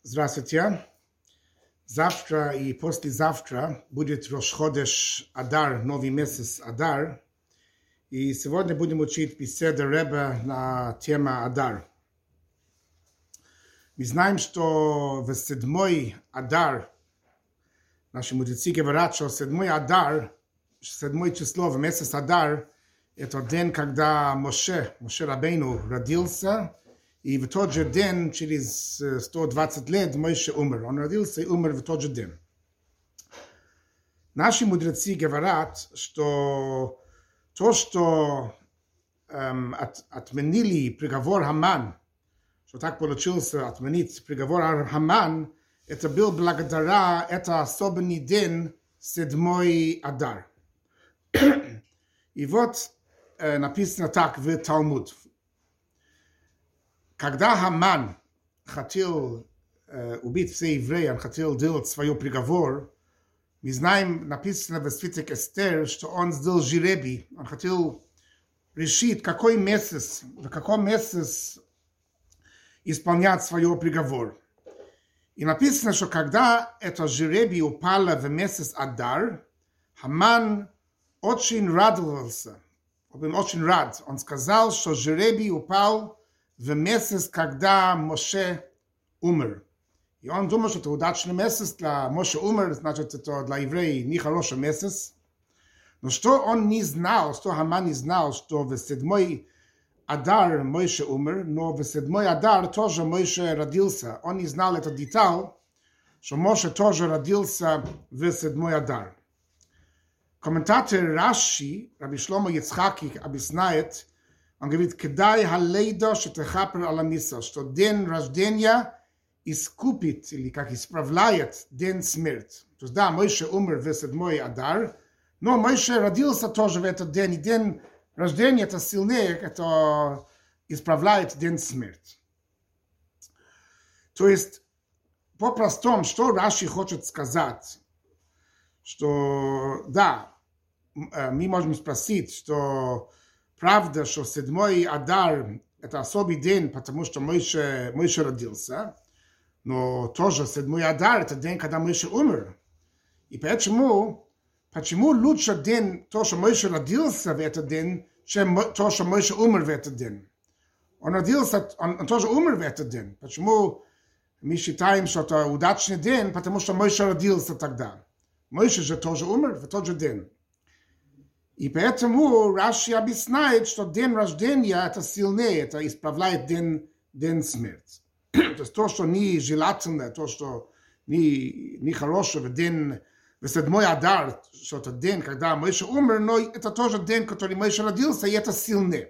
Здравствуйте. Завтра и послезавтра будет Рош Ходеш Адар, новый месяц Адар. И сегодня будем учить беседы Ребе на тему Адар. Мы знаем, что в седьмой Адар, наши мудрецы говорят, что седьмой Адар, седьмое число в месяц Адар, это день, когда Моше Рабейну родился, и в тот же день, через 120 лет, Моше умер. Он родился и умер в тот же день. Наши мудрецы говорят, что то, что отменили приговор Хаман, что так получилось отменить приговор Хаман, это был благодаря это особенный день, седьмой Адар. И вот написано так в Талмуд. Когда Хаман хотел убить все евреи, он хотел делать свой приговор, мы знаем, написано в свитке Эстер, что он сделал жеребий, он хотел решить, в каком месяц исполнять свой приговор. И написано, что когда это жеребий упало в месяц Адар, Хаман очень радовался, он был очень рад. Он сказал, что жеребий упал в месяц, когда Моше умер. И он думал, что это удачный месяц для Моше умер, значит, это для евреев нехороший месяц. Но что он не знал, что Хаман не знал, что в седьмой Адар Моше умер, но в седьмой Адар тоже Моше родился. Он не знал эту деталь, что Моше тоже родился в седьмой Адар. Комментатор Раши, Раби Шломо Ицхаки, объясняет, он говорит, кедай халейда шетехапер аламиса, что день рождения искупит, или как исправляет день смерти. То есть да, Моше умер в седьмой Адар, но Моше родился тоже в этот день, и день рождения это сильнее, это исправляет день смерти. То есть, по-простому, что Раши хочет сказать, что да, мы можем спросить, что правда, что седьмой Адар – это особый день, потому что Моше родился, но тоже седьмой Адар – это день, когда Моше умер. И почему лучше день, то, что Моше родился в этот день, чем то, что Моше умер в этот день? Он родился, он тоже умер в этот день. Почему мы считаем, что это удачный день? Потому что Моше родился тогда. Моше же тоже умер в тот же день. И поэтому Раши объясняет, что день рождения это сильнее, это исправляет день смерти. То есть то, что не желательно, то, что не хорошее в седьмой Адар, что это день, когда Моше умер, но это тоже день, который Моше родился, и это сильнее.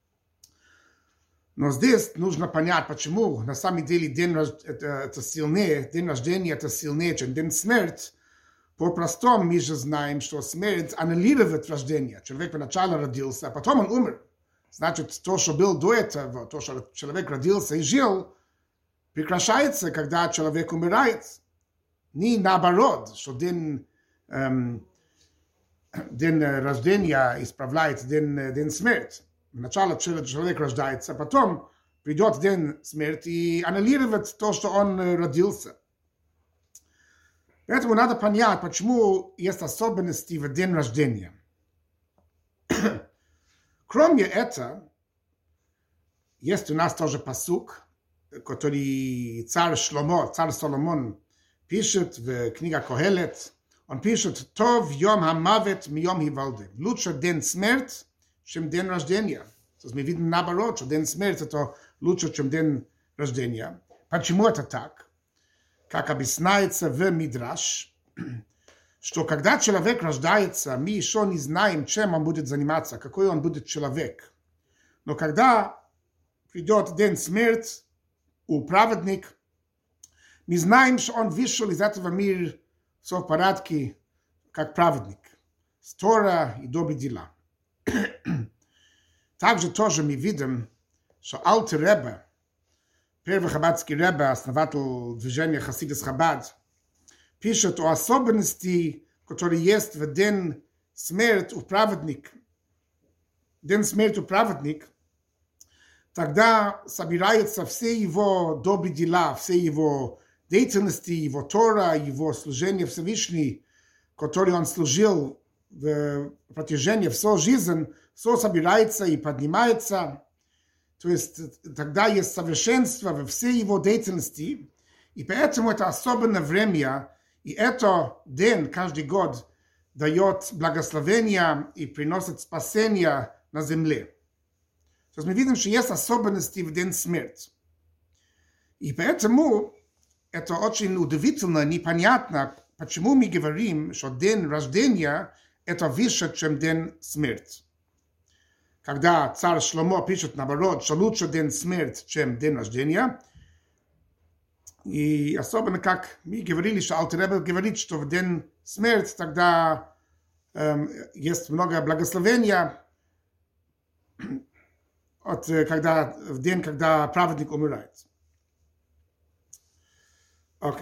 Но здесь нужно понять, почему на самом деле день это сильнее, день рождения это сильнее, чем день смерти. По-простому мы же знаем, что смерть аннулирует рождение. Человек вначале родился, а потом он умер. Значит, то, что был до этого, то, что человек родился и жил, прекращается, когда человек умирает. Не наоборот, что день рождения исправляет день смерти. Вначале человек рождается, а потом придет день смерти и аннулирует то, что он родился. Поэтому надо понять, почему есть особенности в день рождения. Кроме этого, есть у нас тоже пасук, который царь Соломон пишет в книге Кохелет. Он пишет, «Тов йом хамавет мiyom хивалде». Лучше день смерти, чем день рождения. То есть мы видим наоборот, что день смерти это лучше, чем день рождения. Почему это так? Как объясняется в Мидраш, что когда человек рождается, мы еще не знаем, чем он будет заниматься, какой он будет человек. Но когда придет день смерти у праведника, мы знаем, что он вышел из этого мира все в порядке, как праведник, с Тора и добрые дела. Также тоже мы видим, что Алтер Ребе, первый хаббатский Ребе, основатель движения Хасидус Хаббат, пишет о особенности, которые есть в день смерти у праведника. День смерти у праведника, тогда собираются все его добрые дела, все его деятельности, его Тора, его служения Всевышний, который он служил в протяжении всей жизни, все собирается и поднимается. То есть тогда есть совершенство во всей его деятельности, и поэтому это особенное время, и это день каждый год дает благословение и приносит спасение на земле. То есть мы видим, что есть особенности в день смерти. И поэтому это очень удивительно, непонятно, почему мы говорим, что день рождения это выше, чем день смерти. Когда царь Шломо пишет наоборот, что лучше день смерти, чем день рождения. И особенно, как мы говорили, что Алтер Ребе говорит, что в день смерти тогда есть много благословения, в день, когда праведник умирает. Окей.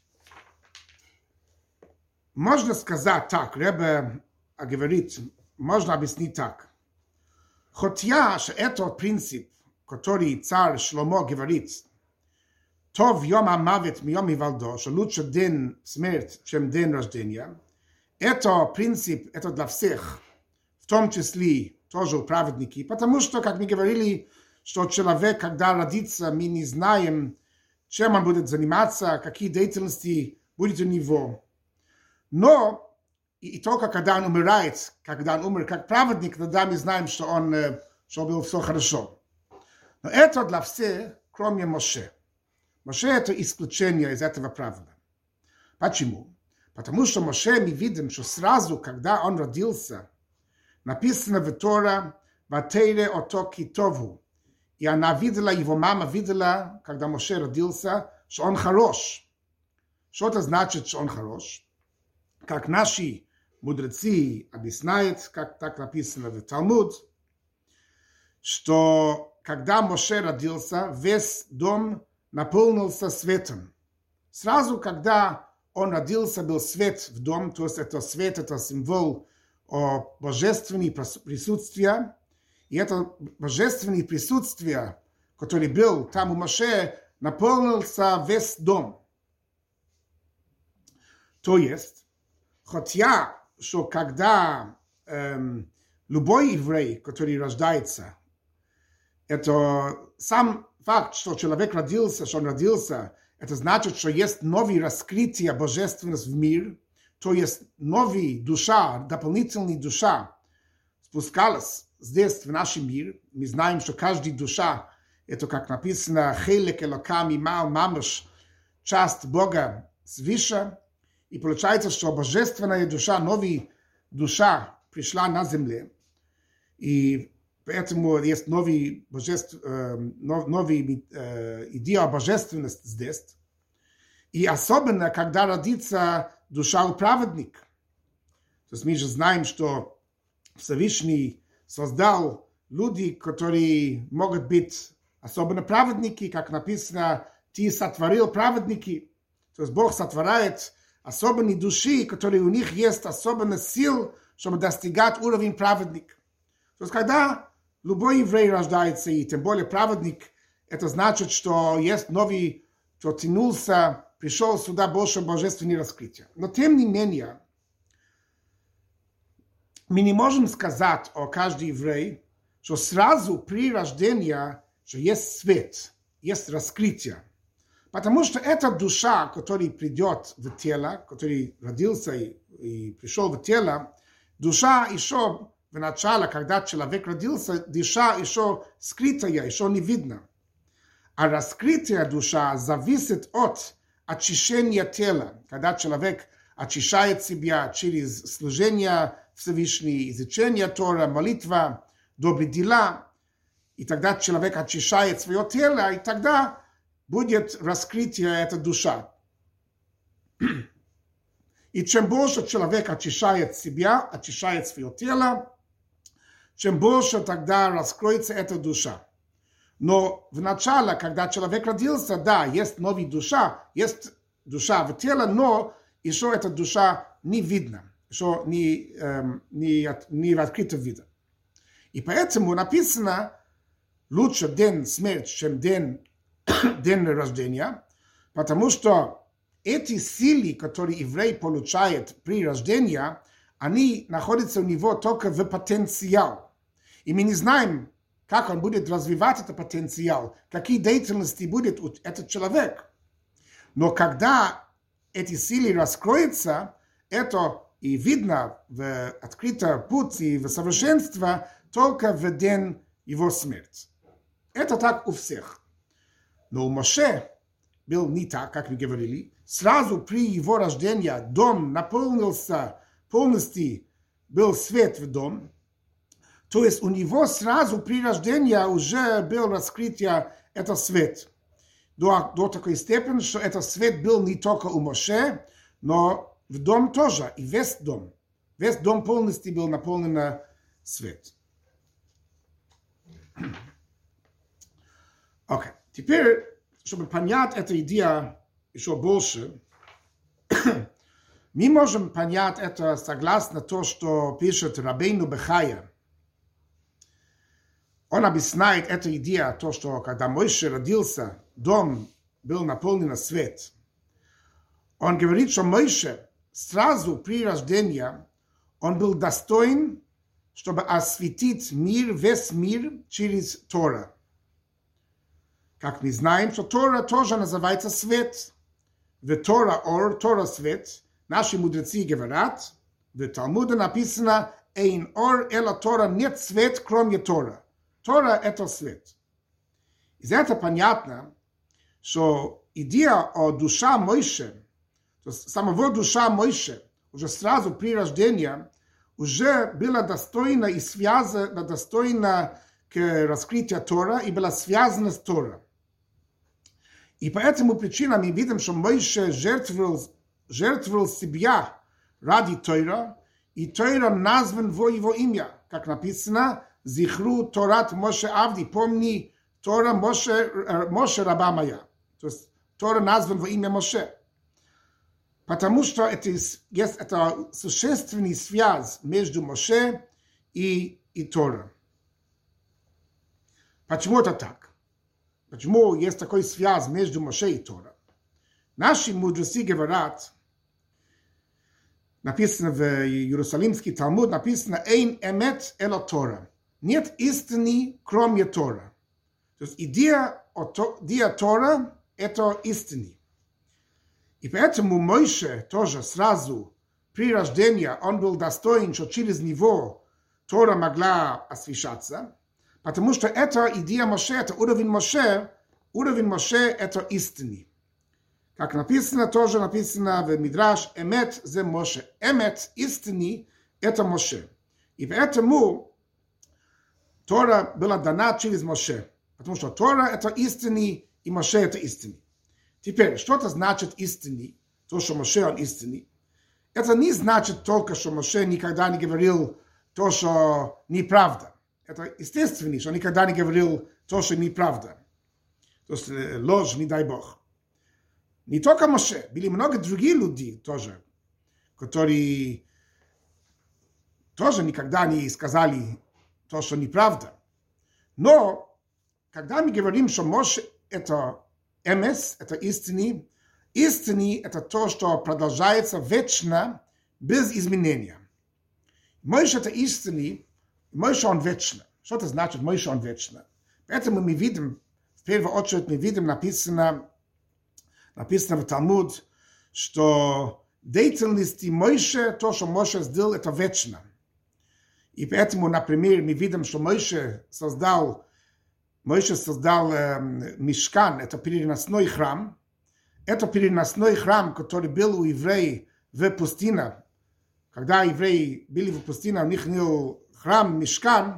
Можно сказать так, Ребе говорит, можно объяснить так. Хотя, что этот принцип, который царь Шломо говорит, Тов йом амавет мiyom ивалдо, что лучше день смерти, чем день рождения, это принцип, это для всех, в том числе тоже у праведники, потому что, как мы говорили, что человек, когда родится, мы не знаем, чем он будет заниматься, какие деятельности будет у него. Но и только когда он умирает, когда он умер как праведник, тогда мы знаем, что было все хорошо. Но это для всех, кроме Моше. Моше это исключение из этого правила. Почему? Потому что Моше мы видим, что сразу, когда он родился, написано в Тора «Ватейре ото ки тову». И она видела, его мама видела, когда Моше родился, что он хорош. Что это значит, что он хорош? Как наши мудрецы объясняют, как так написано в Талмуд, что когда Моше родился, весь дом наполнился светом. Сразу, когда он родился, был свет в дом, то есть это свет, это символ божественного присутствия. И это божественное присутствие, которое был там у Моше, наполнился весь дом. То есть, хотя, что когда любой еврей, который рождается, это сам факт, что человек родился, что он родился, это значит, что есть новые раскрытия божественности в мир, то есть новая душа, дополнительная душа спускалась здесь, в наш мир. Мы знаем, что каждая душа, это как написано, «Хелек элокам имал мамаш», часть Бога свыше. И получается, что божественная душа, новая душа пришла на земле. И поэтому есть новая идея божественности здесь. И особенно, когда родится душа у праведника. То есть мы же знаем, что Всевышний создал людей, которые могут быть особенно праведники, как написано, ты сотворил праведники. То есть Бог сотворяет особенные души, которые у них есть особенная сила, чтобы достигать уровень праведника. То есть когда любой еврей рождается, и тем более праведник, это значит, что есть новый, кто тянулся, пришел сюда больше божественных раскрытия. Но тем не менее, мы не можем сказать о каждом еврее, что сразу при рождении, что есть свет, есть раскрытие. Потому что эта душа, которая придет в тело, который родился и пришел в тело, душа еще в начале, когда человек родился, душа еще скрытая, еще не видно. А раскрытие душа зависит от очищения тела. Когда человек очищает себя через служение Всевышнего, изучение Тора, молитва, добрые дела, и тогда человек очищает свое тело, и тогда будет раскрытие этой души. И чем больше человек очищает себя, очищает свое тело, чем больше тогда раскроется эта душа. Но в начале, когда человек родился, да, есть новая душа, есть душа в теле, но еще эта душа не видна, еще не в открытом виде. И поэтому написано, лучше день смерти, чем день рождения, Потому что эти силы, которые еврей получает при рождении, они находятся у него только в потенциал. И мы не знаем, как он будет развивать этот потенциал, какие деятельности будет этот человек. Но когда эти силы раскроются, это и видно в открытый путь и в совершенство только в день его смерти. Это так у всех. Но у Моше был не так, как мы говорили. Сразу при его рождении дом наполнился полностью, был свет в дом. То есть у него сразу при рождении уже был раскрытие этот свет. До такой степени, что этот свет был не только у Моше, но в дом тоже, и весь дом. Весь дом полностью был наполнен свет. Окей. Теперь, чтобы понять эту идею еще больше, мы можем понять это согласно тому, что пишет Рабейну Бехая. Он объясняет эту идею, то, что когда Моше родился, дом был наполнен свет. Он говорит, что Моше сразу при рождении он был достоин, чтобы осветить мир, весь мир через Тора. Как мы знаем, что Тора тоже называется свет. В Тора ор, Тора свет. Наши мудрецы говорят, в Талмуде написано, «Эйн ор эла Тора», нет свет, кроме Тора. Тора – это свет. Из этого понятно, что идея о душе Моше, то есть самого душа Моше, уже сразу при рождении, уже была достойна и связана, достойна к раскрытию Тора и была связана с Торой. И по этому причине мы видим, что Моше жертвовал себя ради Тора, и Тора назван во его имя, как написано, «Зихру Торат Моше Авди», помни Тора Моше раба моя. То есть Тора назван во имя Моше. Потому что это есть это существенная связь между Моше и Тора. Почему это так? Почему есть такая связь между Моше и Тора? Наши мудрецы говорят, написано в Иерусалимский Талмуд, написано «Эйн эмет эла Тора». Нет истины, кроме Тора. То есть идея Тора – это истина. И поэтому Моше тоже сразу при рождении он был достоин, что через него Тора могла освещаться, потому что это идея Моше, это уровень Моше это истина. Как написано, тоже написано в Мидраш, «Эмет зе Моше». Эмет, истина, это Моше. И поэтому Тора была дана через Моше, потому что Тора это истина, и Моше это истина. Теперь, что это значит истина? То, что Моше он истина. Это не значит только, что Моше никогда не говорил то, что неправда. Это естественно, что он никогда не говорил то, что неправда. То есть ложь, не дай Бог. Не только Моше, были много других людей тоже, которые тоже никогда не сказали то, что неправда. Но, когда мы говорим, что Моше это эмес, это истина это то, что продолжается вечно, без изменения. Моше это истина, Моше он вечно. Что это значит, Моше он вечно? Поэтому мы видим, в первую очередь мы видим написано в Талмуд, что деятельность Моше, то, что Моше сделал, это вечно. И поэтому, например, мы видим, что Моше создал Мишкан, это переносной храм. Это переносной храм, который был у евреев в пустыне. Когда евреи были в пустыне, у них был храм Мишкан.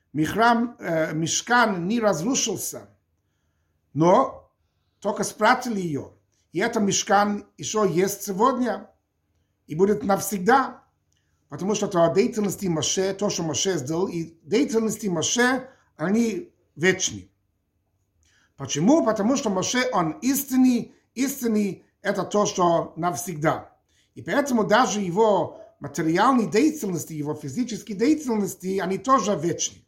Мишкан не разрушился, но только спрятали ее. И это Мишкан еще есть сегодня и будет навсегда. Потому что это деятельности Моше, то, что Моше сделал, и деятельности Моше, они вечны. Почему? Потому что Моше, он истинный это то, что навсегда. И поэтому даже его материальные деятельности, его физические деятельности, они тоже вечны.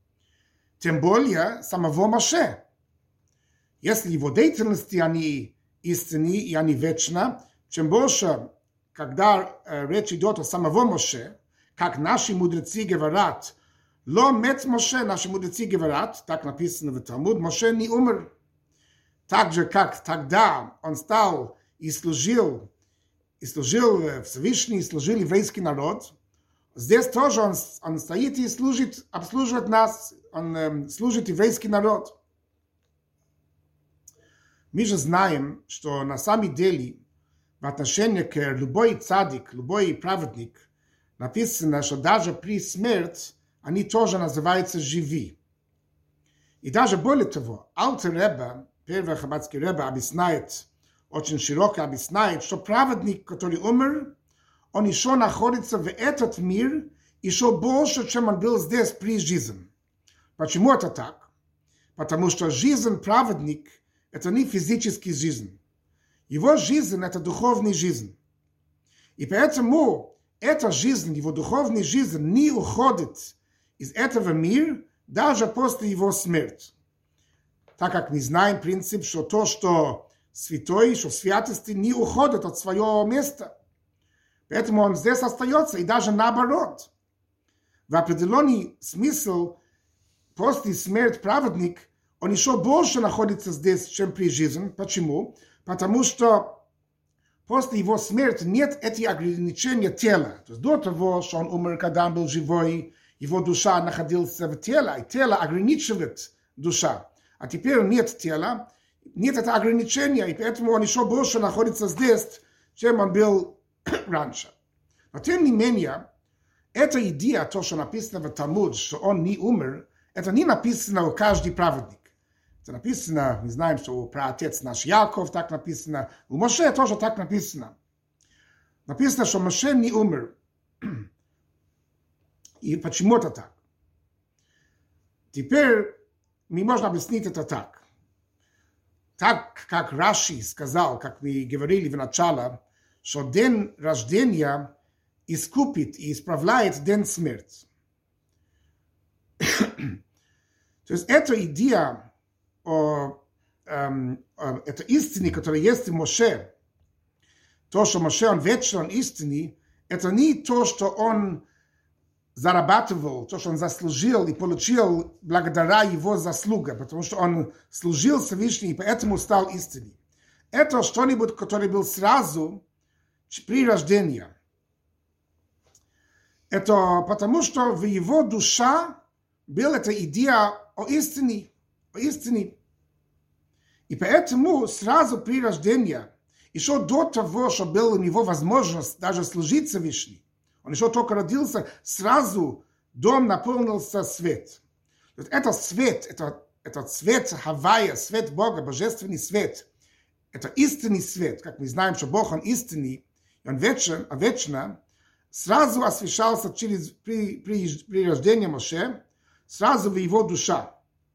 Тем более самого Моше. Если его деятельности, они истины, и они вечны. Чем больше, когда речь идет о самого Моше, как наши мудрецы говорят, «Ло мет Моше», наши мудрецы говорят, так написано в Талмуд, Моше не умер. Так же, как тогда он стал и служил Всевышний, служил еврейский народ, здесь тоже он стоит и служит, обслуживает нас, он служит еврейский народ. Мы же знаем, что на самом деле в отношении к любой цадик, любой праведник, написано, что даже при смерти они тоже называются живи. И даже более того, Алтер Ребе, первый хаббатский Ребе, объясняет, очень широко объясняет, что праведник, который умер, он еще находится в этот мир еще больше, чем он был здесь при жизни. Почему это так? Потому что жизнь праведник – это не физическая жизнь. Его жизнь – это духовная жизнь. И поэтому эта жизнь, его духовная жизнь не уходит из этого мира даже после его смерти. Так как мы знаем принцип, что то, что святой, что в святости не уходит от своего места. Поэтому он здесь остается, и даже наоборот. В определенный смысл, после смерти праведник, он еще больше находится здесь, чем при жизни. Почему? Потому что после его смерти нет этих ограничений тела. То есть до того, что он умер, когда он был живой, его душа находилась в теле, и тело ограничивает душа. А теперь нет тела, нет этого ограничения, и поэтому он еще больше находится здесь, чем он был раньше. Но тем не менее, эта идея, то, что написано в Талмуд, что он не умер, это не написано у каждого праведника. Это написано, мы знаем, что у праотец наш Яков так написано, у Моше тоже так написано. Написано, что Моше не умер. И почему это так? Теперь мы можем объяснить это так. Так, как Раши сказал, как мы говорили в начале, что день рождения искупит и исправляет день смерти. То есть эта идея, это истины, которая есть в Моше, то, что Моше, он вечный, он истинный, это не то, что он зарабатывал, то, что он заслужил и получил благодаря его заслугам, потому что он служил Всевышнему и поэтому стал истинным. Это что-нибудь, которое был сразу при рождении. Это потому, что в его душе была эта идея о истине. И поэтому сразу при рождении, еще до того, что была у него возможность даже служить Всевышнему, он еще только родился, сразу дом наполнился свет. Это свет, это цвет Хавая, свет Бога, божественный свет. Это истинный свет, как мы знаем, что Бог, он истинный, и он вечно, сразу освещался при рождении Моше, сразу в его душа.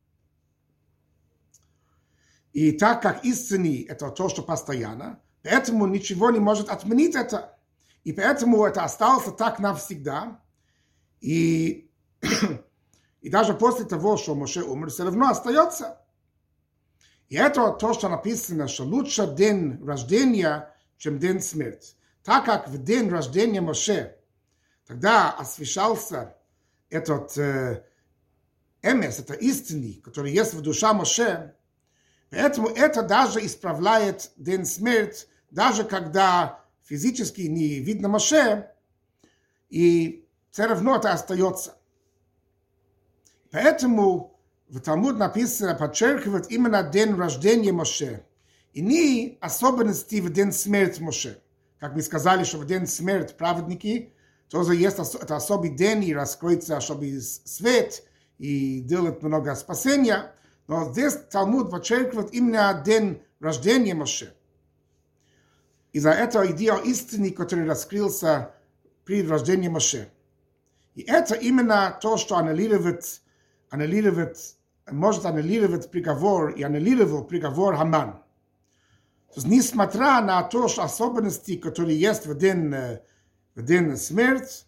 И так как истинный – это то, что постоянно, поэтому ничего не может отменить это. И поэтому это осталось так навсегда. И даже после того, что Моше умер, все равно остается. И это то, что написано, что лучше день рождения, чем день смерти. Так как в день рождения Моше тогда освещался этот эмес, это истинный, который есть в душе Моше, поэтому это даже исправляет день смерти, даже когда физически не видно Моше, и все равно это остается. Поэтому в Талмуд написано, подчеркивает именно день рождения Моше, и не особенности в день смерти Моше. Как мы сказали, что в день смерти праведники, тоже есть это особый день, и раскроется особый свет, и делает много спасения. Но здесь Талмуд подчеркивает именно день рождения Моше. Из-за этого идея истины, который раскрылся при рождении Моше. И это именно то, что может аннулировать приговор, и аннулировал приговор Хаман. То есть, несмотря на то, что особенности, которые есть в день смерти,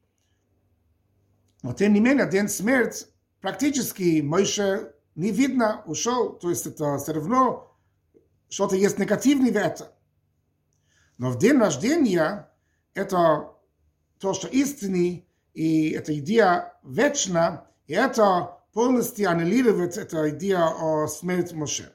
но тем не менее, день смерти практически Моше не видно, ушел. То есть это все равно что-то есть негативное в этом. Но в день рождения это то, что истинный, и эта идея вечна, и это полностью аннулирует эту идею о смерти Моше.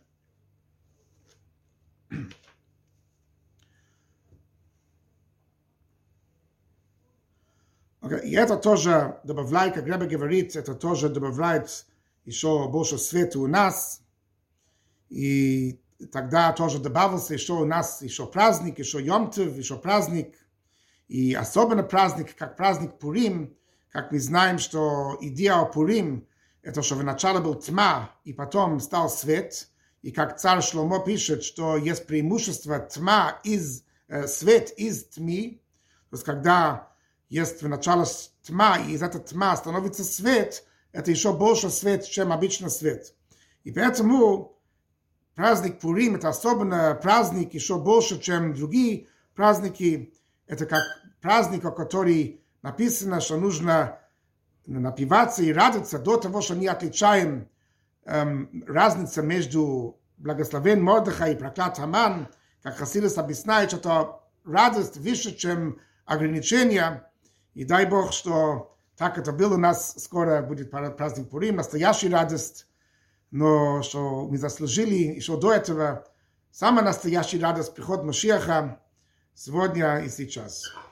Okay. И это тоже добавляет, как Ребе говорит, это тоже добавляет еще больше света у нас. И тогда тоже добавился еще у нас еще праздник, еще Йом-Тов, еще праздник. И особенно праздник, как праздник Пурим, как мы знаем, что идея о Пурим, это что вначале был тьма, и потом стал свет. И как царь Шломо пишет, что есть преимущество тьма из свет из тьмы. То есть когда есть вначале тьма, и из этой тьмы становится свет, это еще больше свет, чем обычный свет. И поэтому праздник Пурим, это особенно праздник еще больше, чем другие праздники. Это как праздник, о котором написано, что нужно напиваться и радоваться до того, что не отличаем разницу между благословен Мордехай и проклят Хаман, как Хасидус объясняет, что это радость выше, чем ограничения. И дай Бог, что так это было у нас, скоро будет праздник Пурим, настоящая радость, но что мы заслужили еще до этого самая настоящая радость прихода Машиаха сегодня и сейчас.